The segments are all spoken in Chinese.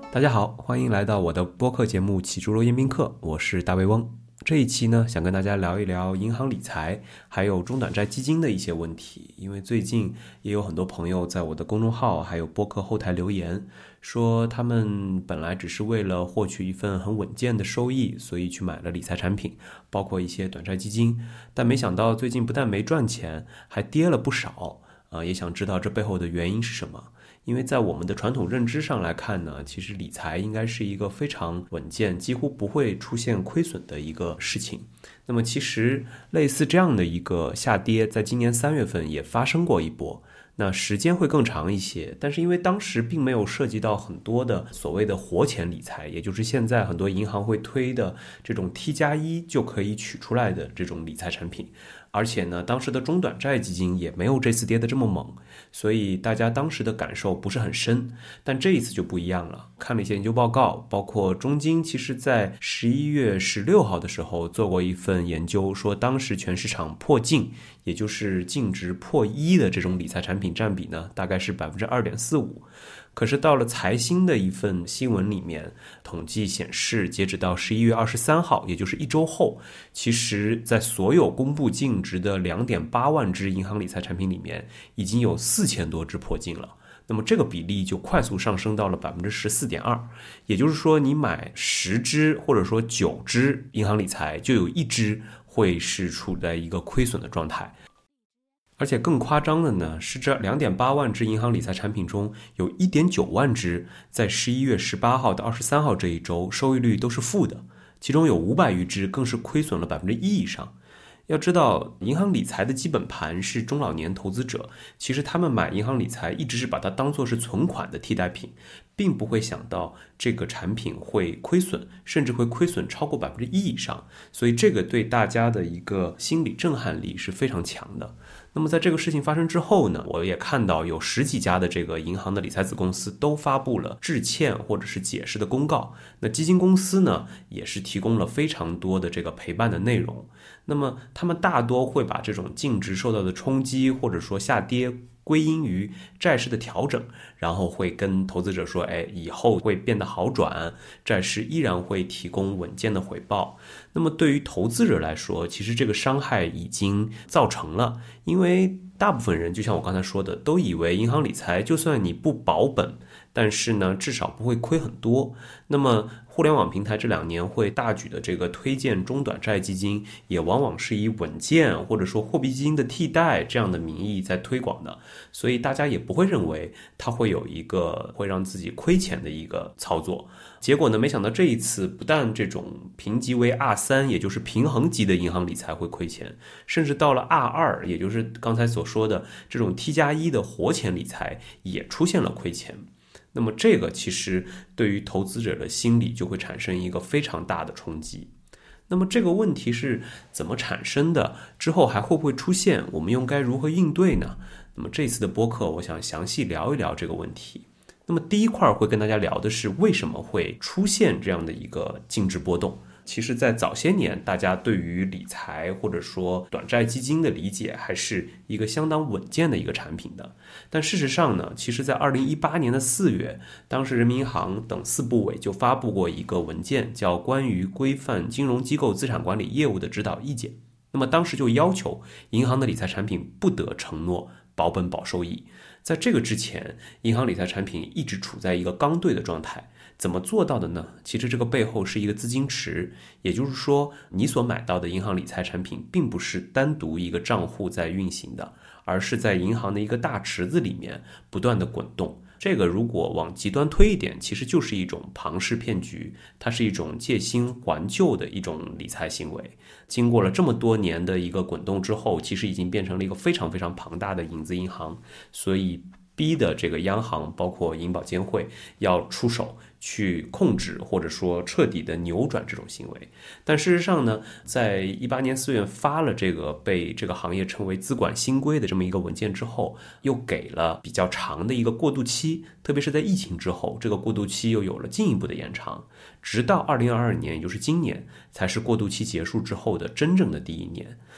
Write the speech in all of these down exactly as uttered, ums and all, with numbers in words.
大家好，欢迎来到我的播客节目《起猪肉宴宾客》，我是大卫翁。这一期呢，想跟大家聊一聊银行理财，还有中短债基金的一些问题。因为最近也有很多朋友在我的公众号还有播客后台留言，说他们本来只是为了获取一份很稳健的收益，所以去买了理财产品，包括一些短债基金，但没想到最近不但没赚钱，还跌了不少。呃，也想知道这背后的原因是什么。因为在我们的传统认知上来看呢，其实理财应该是一个非常稳健，几乎不会出现亏损的一个事情。那么其实类似这样的一个下跌，在今年三月份也发生过一波，那时间会更长一些，但是因为当时并没有涉及到很多的所谓的活钱理财，也就是现在很多银行会推的这种 T 加一就可以取出来的这种理财产品，而且呢，当时的中短债基金也没有这次跌得这么猛，所以大家当时的感受不是很深。但这一次就不一样了，看了一些研究报告，包括中金其实在十一月十六号的时候做过一份研究，说当时全市场破净，也就是净值破一的这种理财产品占比呢，大概是 百分之二点四五。可是到了财新的一份新闻里面，统计显示，截止到十一月二十三号，也就是一周后，其实在所有公布净值的 两点八万只银行理财产品里面，已经有四千多只破净了。那么这个比例就快速上升到了 百分之十四点二， 也就是说你买十只或者说九只银行理财，就有一只会是处在一个亏损的状态。而且更夸张的呢，是这 两点八万只银行理财产品中，有 一点九万只在十一月十八号到二十三号这一周收益率都是负的，其中有五百余只更是亏损了 百分之一 以上。要知道，银行理财的基本盘是中老年投资者，其实他们买银行理财一直是把它当作是存款的替代品，并不会想到这个产品会亏损，甚至会亏损超过 百分之一 以上，所以这个对大家的一个心理震撼力是非常强的。那么在这个事情发生之后呢，我也看到有十几家的这个银行的理财子公司都发布了致歉或者是解释的公告，那基金公司呢也是提供了非常多的这个陪伴的内容。那么他们大多会把这种净值受到的冲击或者说下跌归因于债市的调整，然后会跟投资者说，哎，以后会变得好转，债市依然会提供稳健的回报。那么对于投资者来说，其实这个伤害已经造成了，因为大部分人就像我刚才说的，都以为银行理财就算你不保本，但是呢至少不会亏很多。那么互联网平台这两年会大举的这个推荐中短债基金，也往往是以稳健或者说货币基金的替代这样的名义在推广的，所以大家也不会认为它会有一个会让自己亏钱的一个操作。结果呢，没想到这一次不但这种评级为 R 三， 也就是平衡级的银行理财会亏钱，甚至到了 R 二， 也就是刚才所说的这种 T 加一的活钱理财也出现了亏钱。那么这个其实对于投资者的心理就会产生一个非常大的冲击。那么这个问题是怎么产生的？之后还会不会出现？我们又该如何应对呢？那么这次的播客我想详细聊一聊这个问题。那么第一块会跟大家聊的是为什么会出现这样的一个净值波动。其实在早些年，大家对于理财或者说短债基金的理解还是一个相当稳健的一个产品的。但事实上呢，其实在二零一八年的四月，当时人民银行等四部委就发布过一个文件，叫《关于规范金融机构资产管理业务的指导意见》。那么当时就要求银行的理财产品不得承诺保本保收益。在这个之前，银行理财产品一直处在一个刚兑的状态。怎么做到的呢？其实这个背后是一个资金池，也就是说你所买到的银行理财产品并不是单独一个账户在运行的，而是在银行的一个大池子里面不断的滚动。这个如果往极端推一点，其实就是一种庞氏骗局，它是一种借新还旧的一种理财行为。经过了这么多年的一个滚动之后，其实已经变成了一个非常非常庞大的影子银行，所以逼的这个央行包括银保监会要出手去控制或者说彻底的扭转这种行为。但事实上呢，在一八年四月发了这个被这个行业称为资管新规的这么一个文件之后，又给了比较长的一个过渡期，特别是在疫情之后，这个过渡期又有了进一步的延长，直到二零二二年，也就是今年才是过渡期结束之后的真正的第一年。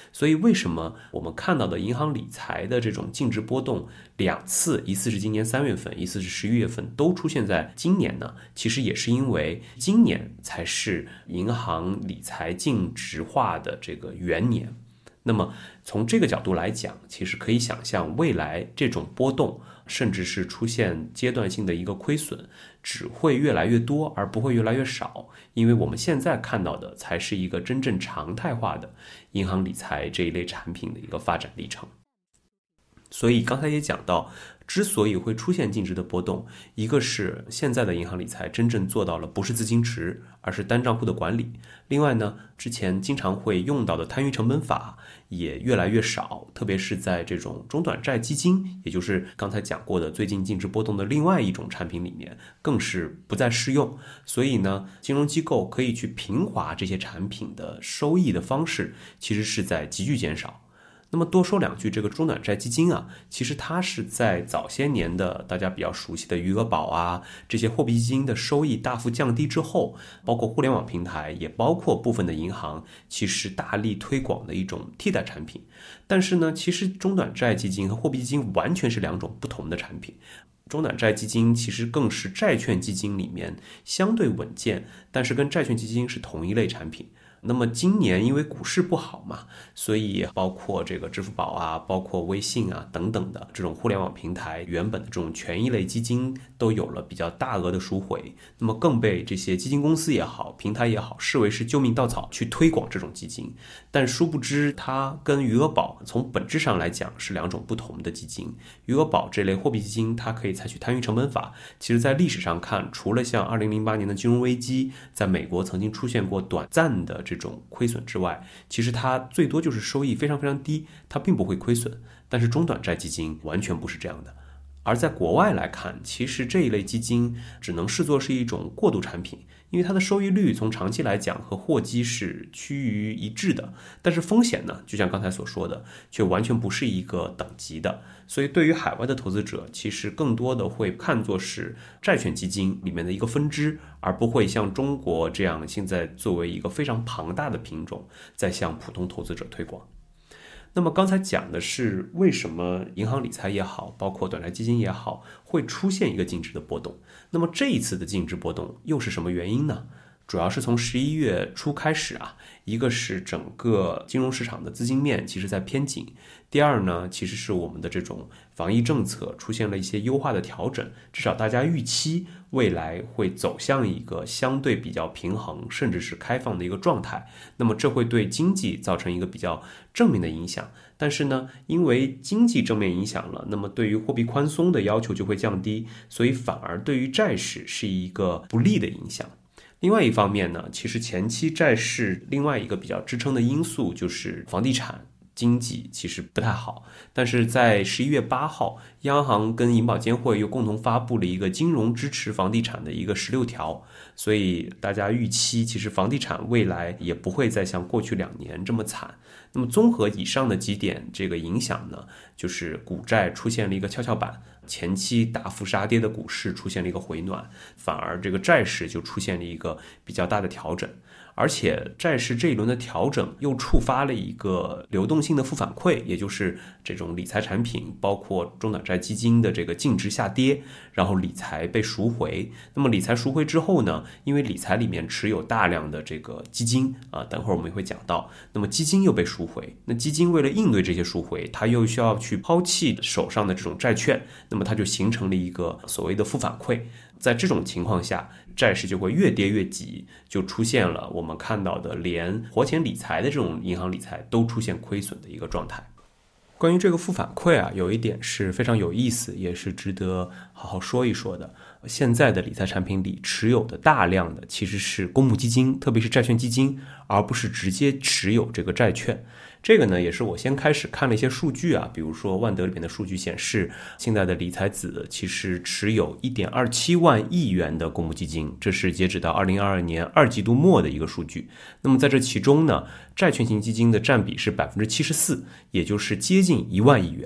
所以为什么我们看到的银行理财的这种净值波动两次，一次是今年三月份，一次是十一月份，都出现在今年呢？其实也是因为今年才是银行理财净值化的这个元年。那么从这个角度来讲，其实可以想象未来这种波动甚至是出现阶段性的一个亏损只会越来越多，而不会越来越少，因为我们现在看到的才是一个真正常态化的银行理财这一类产品的一个发展历程。所以刚才也讲到，之所以会出现净值的波动，一个是现在的银行理财真正做到了不是资金池，而是单账户的管理。另外呢，之前经常会用到的摊余成本法也越来越少，特别是在这种中短债基金，也就是刚才讲过的最近净值波动的另外一种产品里面，更是不再适用。所以呢，金融机构可以去平滑这些产品的收益的方式，其实是在急剧减少。那么多说两句，这个中短债基金啊，其实它是在早些年的大家比较熟悉的余额宝啊，这些货币基金的收益大幅降低之后，包括互联网平台，也包括部分的银行，其实大力推广的一种替代产品。但是呢，其实中短债基金和货币基金完全是两种不同的产品。中短债基金其实更是债券基金里面相对稳健，但是跟债券基金是同一类产品。那么今年因为股市不好嘛，所以包括这个支付宝啊，包括微信啊等等的这种互联网平台原本的这种权益类基金都有了比较大额的赎回，那么更被这些基金公司也好，平台也好，视为是救命稻草去推广这种基金。但殊不知它跟余额宝从本质上来讲是两种不同的基金。余额宝这类货币基金它可以采取摊余成本法，其实在历史上看，除了像二零零八年的金融危机在美国曾经出现过短暂的这种亏损之外，其实它最多就是收益非常非常低，它并不会亏损。但是中短债基金完全不是这样的。而在国外来看，其实这一类基金只能视作是一种过渡产品，因为它的收益率从长期来讲和货基是趋于一致的，但是风险呢，就像刚才所说的，却完全不是一个等级的。所以对于海外的投资者，其实更多的会看作是债券基金里面的一个分支，而不会像中国这样现在作为一个非常庞大的品种在向普通投资者推广。那么刚才讲的是为什么银行理财也好，包括短债基金也好，会出现一个净值的波动。那么这一次的净值波动又是什么原因呢？主要是从十一月初开始啊，一个是整个金融市场的资金面其实在偏紧，第二呢，其实是我们的这种防疫政策出现了一些优化的调整，至少大家预期未来会走向一个相对比较平衡甚至是开放的一个状态，那么这会对经济造成一个比较正面的影响。但是呢，因为经济正面影响了，那么对于货币宽松的要求就会降低，所以反而对于债市是一个不利的影响。另外一方面呢，其实前期债市另外一个比较支撑的因素就是房地产经济其实不太好，但是在十一月八号，央行跟银保监会又共同发布了一个金融支持房地产的一个十六条，所以大家预期其实房地产未来也不会再像过去两年这么惨。那么综合以上的几点这个影响呢，就是股债出现了一个跷跷板，前期大幅杀跌的股市出现了一个回暖，反而这个债市就出现了一个比较大的调整。而且债市这一轮的调整又触发了一个流动性的负反馈，也就是这种理财产品包括中短债基金的这个净值下跌，然后理财被赎回。那么理财赎回之后呢，因为理财里面持有大量的这个基金啊，等会儿我们也会讲到，那么基金又被赎回，那基金为了应对这些赎回，它又需要去抛弃手上的这种债券，那么它就形成了一个所谓的负反馈。在这种情况下，债市就会越跌越急，就出现了我们看到的连活钱理财的这种银行理财都出现亏损的一个状态。关于这个负反馈啊，有一点是非常有意思，也是值得好好说一说的。现在的理财产品里持有的大量的其实是公募基金，特别是债券基金，而不是直接持有这个债券。这个呢，也是我先开始看了一些数据啊，比如说万德里面的数据显示，现在的理财子其实持有 一点二七万亿元的公募基金，这是截止到二零二二年二季度末的一个数据。那么在这其中呢，债券型基金的占比是 百分之七十四， 也就是接近一万亿元。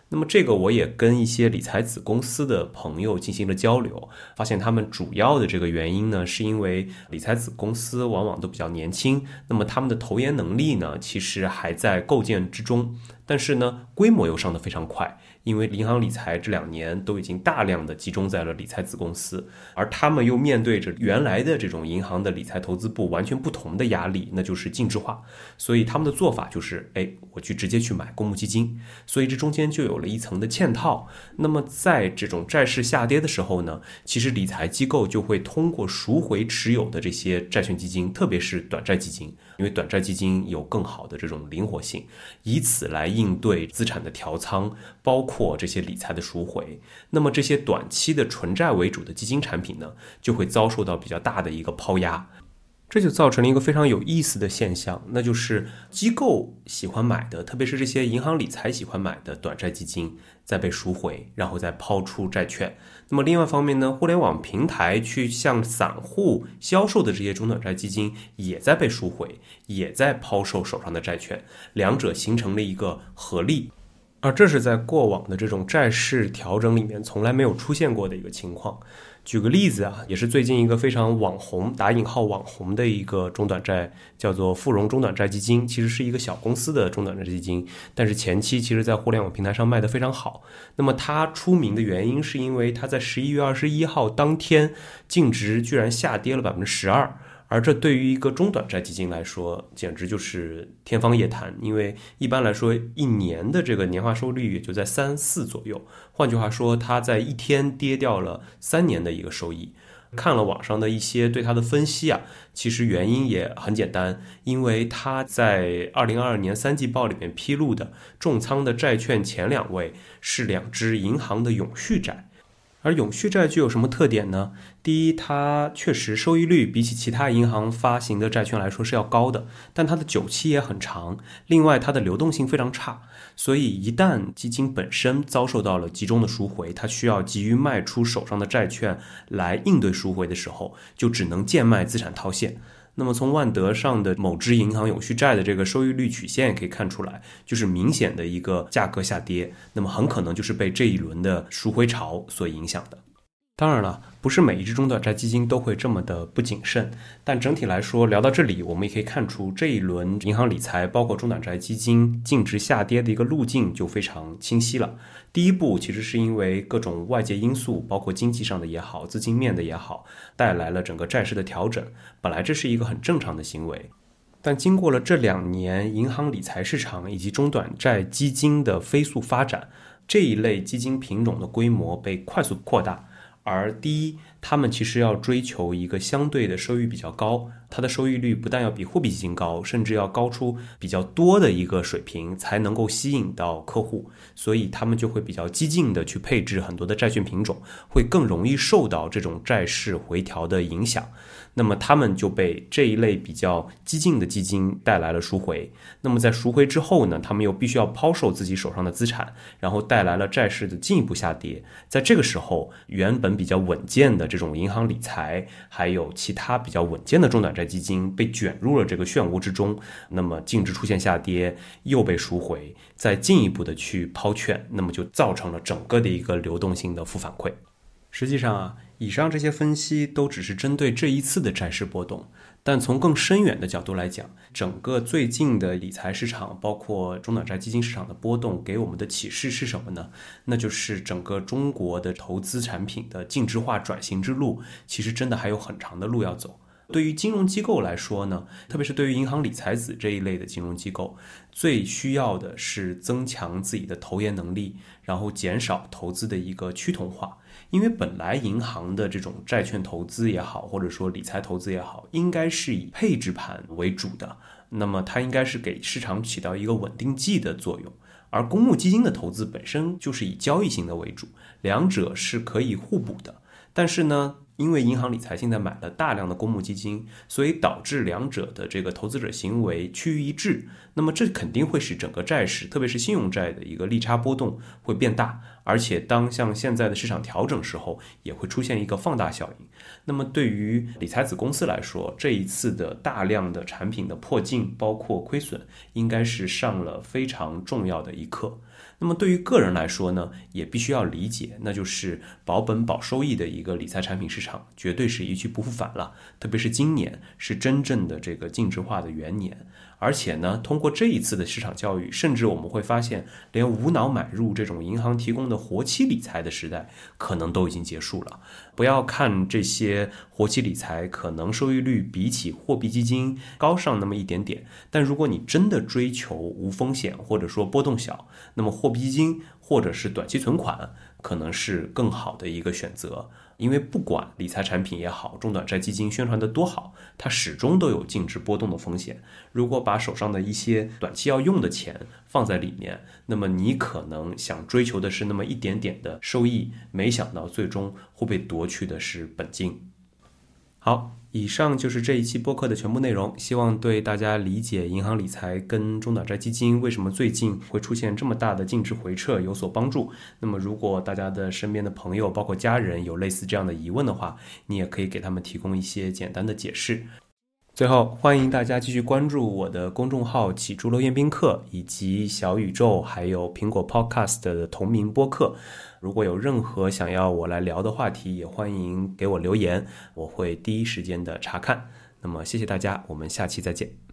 那么这个我也跟一些理财子公司的朋友进行了交流，发现他们主要的这个原因呢，是因为理财子公司往往都比较年轻，那么他们的投研能力呢，其实还在构建之中，但是呢，规模又上得非常快。因为银行理财这两年都已经大量的集中在了理财子公司，而他们又面对着原来的这种银行的理财投资部完全不同的压力，那就是净值化。所以他们的做法就是，哎，我去直接去买公募基金，所以这中间就有了一层的嵌套。那么在这种债市下跌的时候呢，其实理财机构就会通过赎回持有的这些债券基金，特别是短债基金，因为短债基金有更好的这种灵活性，以此来应对资产的调仓，包括这些理财的赎回。那么这些短期的纯债为主的基金产品呢，就会遭受到比较大的一个抛压。这就造成了一个非常有意思的现象，那就是机构喜欢买的，特别是这些银行理财喜欢买的短债基金在被赎回，然后再抛出债券。那么另外一方面呢，互联网平台去向散户销售的这些中短债基金也在被赎回，也在抛售手上的债券，两者形成了一个合力。而这是在过往的这种债市调整里面从来没有出现过的一个情况。举个例子啊，也是最近一个非常网红打引号网红的一个中短债，叫做富荣中短债基金，其实是一个小公司的中短债基金，但是前期其实在互联网平台上卖得非常好。那么它出名的原因是因为它在十一月二十一号当天净值居然下跌了 百分之十二，而这对于一个中短债基金来说简直就是天方夜谭，因为一般来说一年的这个年化收益率也就在三四左右，换句话说它在一天跌掉了三年的一个收益。看了网上的一些对它的分析啊，其实原因也很简单，因为它在二零二二年三季报里面披露的重仓的债券前两位是两只银行的永续债。而永续债具有什么特点呢？第一，它确实收益率比起其他银行发行的债券来说是要高的，但它的久期也很长，另外它的流动性非常差，所以一旦基金本身遭受到了集中的赎回，它需要急于卖出手上的债券来应对赎回的时候，就只能贱卖资产套现。那么从万德上的某只银行永续债的这个收益率曲线可以看出来，就是明显的一个价格下跌，那么很可能就是被这一轮的赎回潮所影响的。当然了，不是每一只中短债基金都会这么的不谨慎，但整体来说，聊到这里，我们也可以看出这一轮银行理财包括中短债基金净值下跌的一个路径就非常清晰了。第一步其实是因为各种外界因素，包括经济上的也好，资金面的也好，带来了整个债市的调整，本来这是一个很正常的行为。但经过了这两年银行理财市场以及中短债基金的飞速发展，这一类基金品种的规模被快速扩大。而第一，他们其实要追求一个相对的收益比较高，它的收益率不但要比货币基金高，甚至要高出比较多的一个水平，才能够吸引到客户，所以他们就会比较激进的去配置很多的债券品种，会更容易受到这种债市回调的影响。那么他们就被这一类比较激进的基金带来了赎回，那么在赎回之后呢，他们又必须要抛售自己手上的资产，然后带来了债市的进一步下跌。在这个时候，原本比较稳健的这种银行理财还有其他比较稳健的中短债基金被卷入了这个漩涡之中，那么净值出现下跌，又被赎回，再进一步的去抛券，那么就造成了整个的一个流动性的负反馈。实际上啊，以上这些分析都只是针对这一次的债市波动，但从更深远的角度来讲，整个最近的理财市场包括中短债基金市场的波动给我们的启示是什么呢？那就是整个中国的投资产品的净值化转型之路其实真的还有很长的路要走。对于金融机构来说呢，特别是对于银行理财子这一类的金融机构，最需要的是增强自己的投研能力，然后减少投资的一个趋同化。因为本来银行的这种债券投资也好，或者说理财投资也好，应该是以配置盘为主的，那么它应该是给市场起到一个稳定剂的作用。而公募基金的投资本身就是以交易型的为主，两者是可以互补的。但是呢，因为银行理财现在买了大量的公募基金，所以导致两者的这个投资者行为趋于一致，那么这肯定会使整个债市，特别是信用债的一个利差波动会变大，而且当像现在的市场调整时候，也会出现一个放大效应。那么对于理财子公司来说，这一次的大量的产品的破净包括亏损，应该是上了非常重要的一课。那那么对于个人来说呢，也必须要理解，那就是保本保收益的一个理财产品市场绝对是一去不复返了，特别是今年是真正的这个净值化的元年。而且呢，通过这一次的市场教育，甚至我们会发现，连无脑买入这种银行提供的活期理财的时代，可能都已经结束了。不要看这些活期理财可能收益率比起货币基金高上那么一点点，但如果你真的追求无风险或者说波动小，那么货币基金或者是短期存款可能是更好的一个选择。因为不管理财产品也好，中短债基金宣传的多好，它始终都有净值波动的风险。如果把手上的一些短期要用的钱放在里面，那么你可能想追求的是那么一点点的收益，没想到最终会被夺去的是本金。好，以上就是这一期播客的全部内容，希望对大家理解银行理财跟中短债基金为什么最近会出现这么大的净值回撤有所帮助。那么如果大家的身边的朋友包括家人有类似这样的疑问的话，你也可以给他们提供一些简单的解释。最后，欢迎大家继续关注我的公众号起朱楼宴宾客，以及小宇宙还有苹果 Podcast 的同名播客。如果有任何想要我来聊的话题，也欢迎给我留言，我会第一时间的查看。那么谢谢大家，我们下期再见。